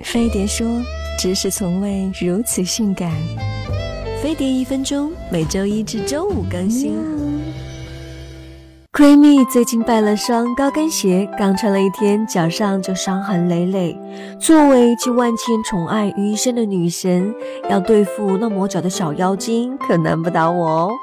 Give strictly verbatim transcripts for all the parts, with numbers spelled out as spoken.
飞碟说，知识从未如此性感。飞碟一分钟，每周一至周五更新。Creamy 最近拜了双高跟鞋，刚穿了一天，脚上就伤痕累累。作为集万千宠爱于一身的女神，要对付那磨脚的小妖精，可难不倒我哦。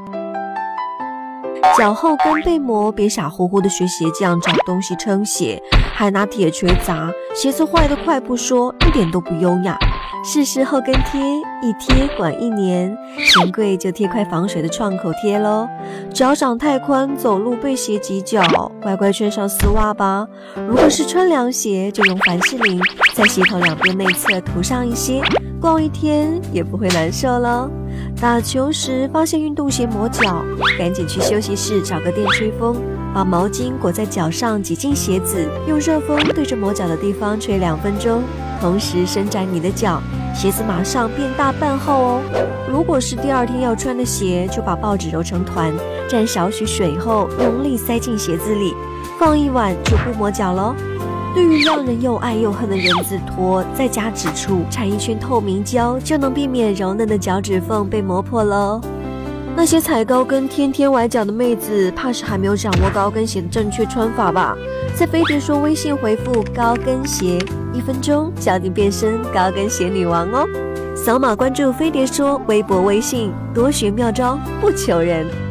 脚后跟被磨，别傻乎乎的学鞋匠找东西撑鞋，还拿铁锤砸，鞋子坏得快不说，一点都不优雅。试试后跟贴，一贴管一年，嫌贵就贴块防水的创口贴咯。脚掌太宽，走路被鞋挤脚，乖乖穿上丝袜吧。如果是穿凉鞋，就用凡士林在鞋头两边内侧涂上一些，逛一天也不会难受咯。打球时发现运动鞋磨脚，赶紧去休息室找个电吹风，把毛巾裹在脚上挤进鞋子，用热风对着磨脚的地方吹两分钟，同时伸展你的脚，鞋子马上变大半厚哦。如果是第二天要穿的鞋，就把报纸揉成团，蘸少许水后用力塞进鞋子里，放一晚就不磨脚咯。对于让人又爱又恨的人字拖，在脚趾处缠一圈透明胶，就能避免柔嫩的脚趾缝被磨破了。那些踩高跟天天崴脚的妹子，怕是还没有掌握高跟鞋的正确穿法吧？在飞碟说微信回复高跟鞋，一分钟教你变身高跟鞋女王哦！扫码关注飞碟说微博微信，多学妙招不求人。